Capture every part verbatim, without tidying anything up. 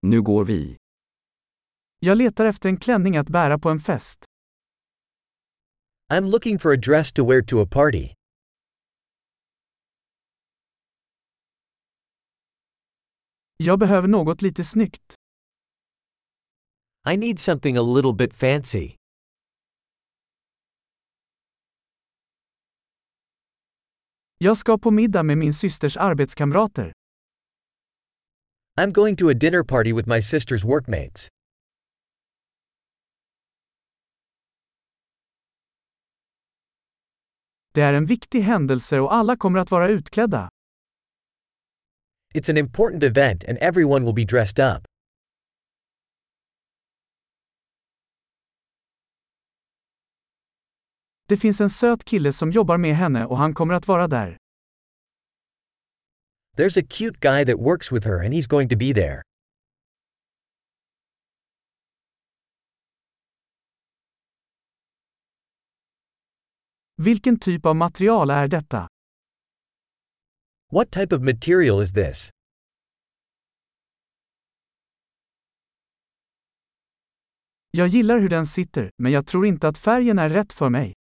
Nu går vi. Jag letar efter en klänning att bära på en fest. I'm looking for a dress to wear to a party. Jag behöver något lite snyggt. I need something a little bit fancy. Jag ska på middag med min systers arbetskamrater. I'm going to a dinner party with my sister's workmates. Det är en viktig händelse och alla kommer att vara utklädda. It's an important event and everyone will be dressed up. Det finns en söt kille som jobbar med henne och han kommer att vara där. There's a cute guy that works with her and he's going to be there. Vilken typ av material är detta? What type of material is this? Jag gillar hur den sitter, men jag tror inte att färgen är rätt för mig.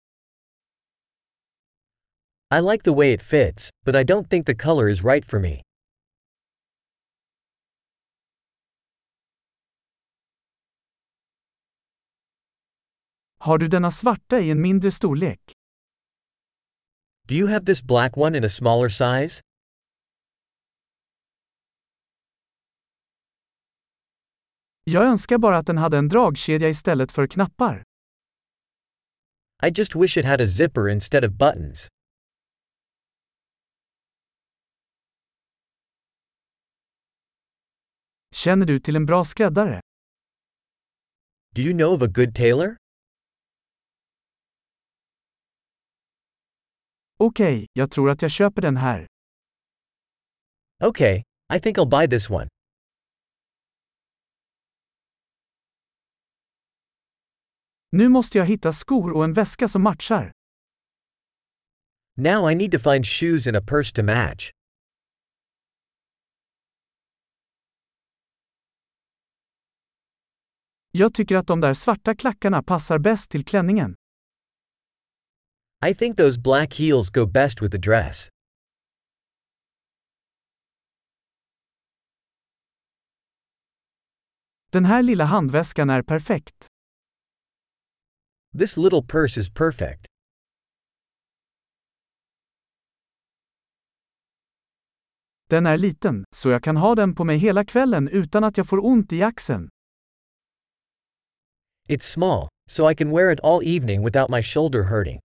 I like the way it fits, but I don't think the color is right for me. Har du denna svarta i en mindre storlek? Do you have this black one in a smaller size? Jag önskar bara att den hade en dragkedja istället för knappar. I just wish it had a zipper instead of buttons. Känner du till en bra skräddare? Do you know of a good tailor? Okej, jag tror att jag köper den här. Okay, I think I'll buy this one. Nu måste jag hitta skor och en väska som matchar. Now I need to find shoes and a purse to match. Jag tycker att de där svarta klackarna passar bäst till klänningen. I think those black heels go best with the dress. Den här lilla handväskan är perfekt. This little purse is perfect. Den är liten, så jag kan ha den på mig hela kvällen utan att jag får ont i axeln. It's small, so I can wear it all evening without my shoulder hurting.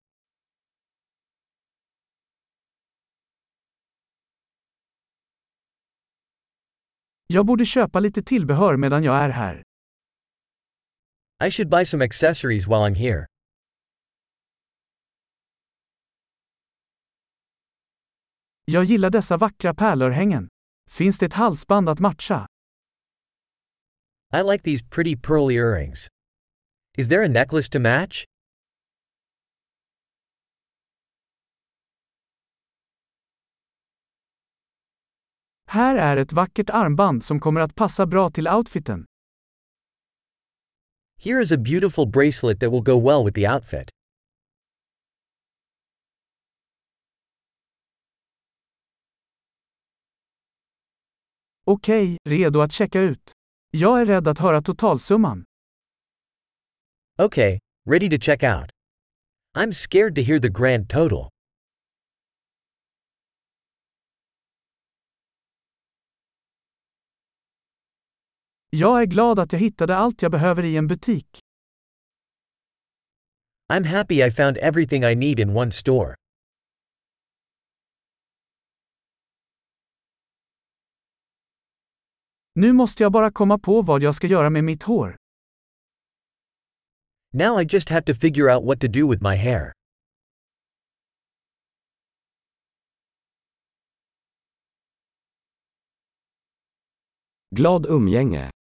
Jag borde köpa lite tillbehör medan jag är här. I should buy some accessories while I'm here. Jag gillar dessa vackra pärlörhängen. Finns det ett halsband att matcha? I like these pretty pearl earrings. Is there a necklace to match? Här är ett vackert armband som kommer att passa bra till outfiten. Here is a beautiful bracelet that will go well with the outfit. Okej, redo att checka ut. Jag är rädd att höra totalsumman. Okay, ready to check out. I'm scared to hear the grand total. Jag är glad att jag hittade allt jag behöver i en butik. I'm happy I found everything I need in one store. Nu måste jag bara komma på vad jag ska göra med mitt hår. Now I just have to figure out what to do with my hair. Glad umgänge.